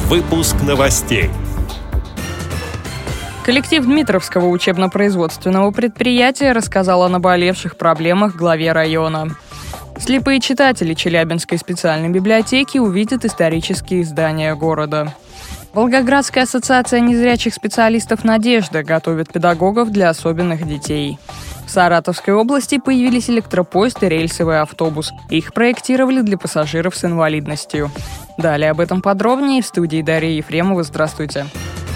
Выпуск новостей. Коллектив Дмитровского учебно-производственного предприятия рассказал о наболевших проблемах главе района. Слепые читатели Челябинской специальной библиотеки увидят исторические здания города. Волгоградская ассоциация незрячих специалистов «Надежда» готовит педагогов для особенных детей. В Саратовской области появились электропоезд и рельсовый автобус. Их проектировали для пассажиров с инвалидностью. Далее об этом подробнее в студии Дарья Ефремова. Здравствуйте.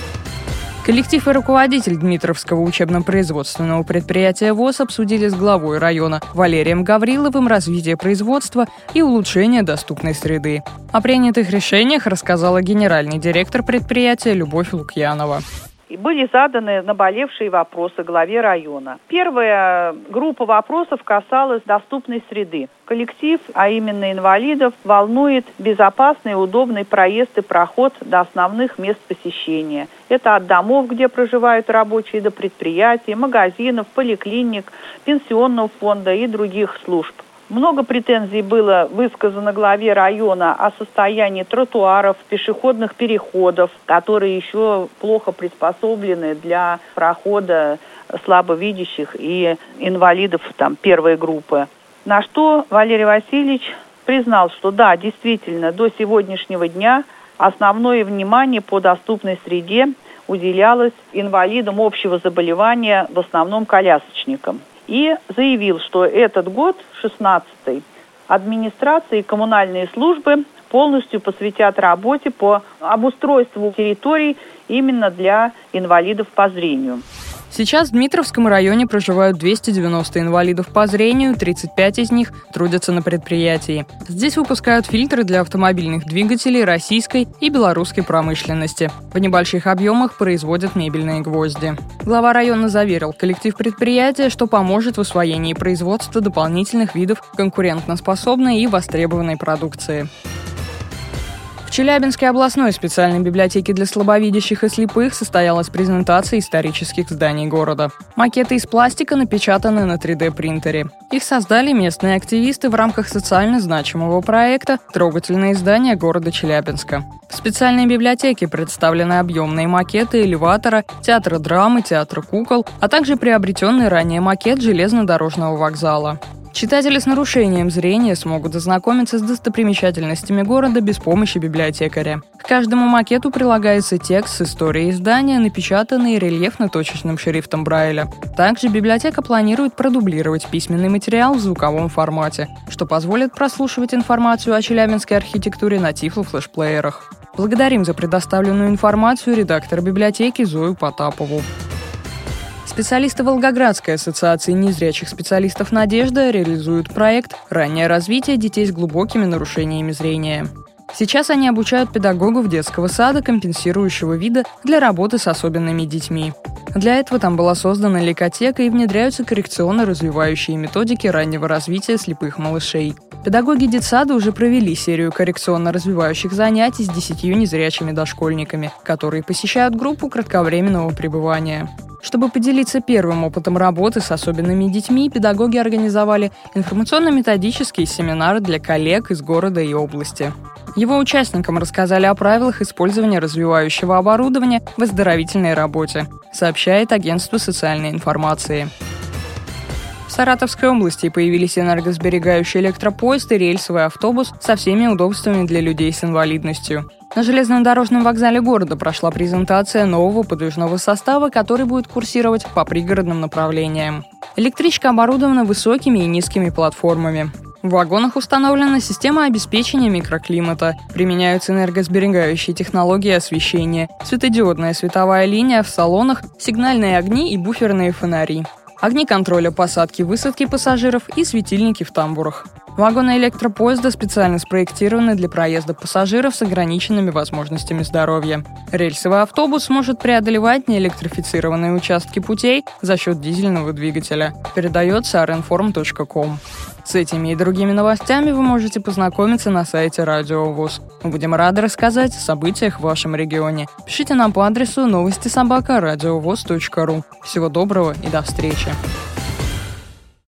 Коллектив и руководитель Дмитровского учебно-производственного предприятия ВОС обсудили с главой района Валерием Гавриловым развитие производства и улучшение доступной среды. О принятых решениях рассказала генеральный директор предприятия Любовь Лукьянова. И были заданы наболевшие вопросы главе района. Первая группа вопросов касалась доступной среды. Коллектив, а именно инвалидов, волнует безопасный и удобный проезд и проход до основных мест посещения. Это от домов, где проживают рабочие, до предприятий, магазинов, поликлиник, пенсионного фонда и других служб. Много претензий было высказано главе района о состоянии тротуаров, пешеходных переходов, которые еще плохо приспособлены для прохода слабовидящих и инвалидов первой группы. На что Валерий Васильевич признал, что да, действительно, до сегодняшнего дня основное внимание по доступной среде уделялось инвалидам общего заболевания, в основном колясочникам. И заявил, что этот год, 16-й, администрация и коммунальные службы полностью посвятят работе по обустройству территорий именно для инвалидов по зрению. Сейчас в Дмитровском районе проживают 290 инвалидов по зрению, 35 из них трудятся на предприятии. Здесь выпускают фильтры для автомобильных двигателей российской и белорусской промышленности. В небольших объемах производят мебельные гвозди. Глава района заверил коллектив предприятия, что поможет в усвоении производства дополнительных видов конкурентоспособной и востребованной продукции. В Челябинской областной специальной библиотеке для слабовидящих и слепых состоялась презентация исторических зданий города. Макеты из пластика напечатаны на 3D-принтере. Их создали местные активисты в рамках социально значимого проекта «Трогательные здания города Челябинска». В специальной библиотеке представлены объемные макеты элеватора, театра драмы, театра кукол, а также приобретенный ранее макет железнодорожного вокзала. Читатели с нарушением зрения смогут ознакомиться с достопримечательностями города без помощи библиотекаря. К каждому макету прилагается текст с историей здания, напечатанный рельефно-точечным шрифтом Брайля. Также библиотека планирует продублировать письменный материал в звуковом формате, что позволит прослушивать информацию о челябинской архитектуре на тифло-флешплеерах. Благодарим за предоставленную информацию редактора библиотеки Зою Потапову. Специалисты Волгоградской ассоциации незрячих специалистов «Надежда» реализуют проект «Раннее развитие детей с глубокими нарушениями зрения». Сейчас они обучают педагогов детского сада компенсирующего вида для работы с особенными детьми. Для этого там была создана лейкотека и внедряются коррекционно-развивающие методики раннего развития слепых малышей. Педагоги детсада уже провели серию коррекционно-развивающих занятий с 10 незрячими дошкольниками, которые посещают группу кратковременного пребывания. Чтобы поделиться первым опытом работы с особенными детьми, педагоги организовали информационно-методические семинары для коллег из города и области. Его участникам рассказали о правилах использования развивающего оборудования в оздоровительной работе, сообщает агентство социальной информации. В Саратовской области появились энергосберегающий электропоезд и рельсовый автобус со всеми удобствами для людей с инвалидностью. На железнодорожном вокзале города прошла презентация нового подвижного состава, который будет курсировать по пригородным направлениям. Электричка оборудована высокими и низкими платформами. В вагонах установлена система обеспечения микроклимата. Применяются энергосберегающие технологии освещения, светодиодная световая линия в салонах, сигнальные огни и буферные фонари. Огни контроля посадки и высадки пассажиров и светильники в тамбурах. Вагоны электропоезда специально спроектированы для проезда пассажиров с ограниченными возможностями здоровья. Рельсовый автобус может преодолевать неэлектрифицированные участки путей за счет дизельного двигателя, передает sarinform.com. С этими и другими новостями вы можете познакомиться на сайте Радио ВОС. Мы будем рады рассказать о событиях в вашем регионе. Пишите нам по адресу новости@радиовос.ру. Всего доброго и до встречи!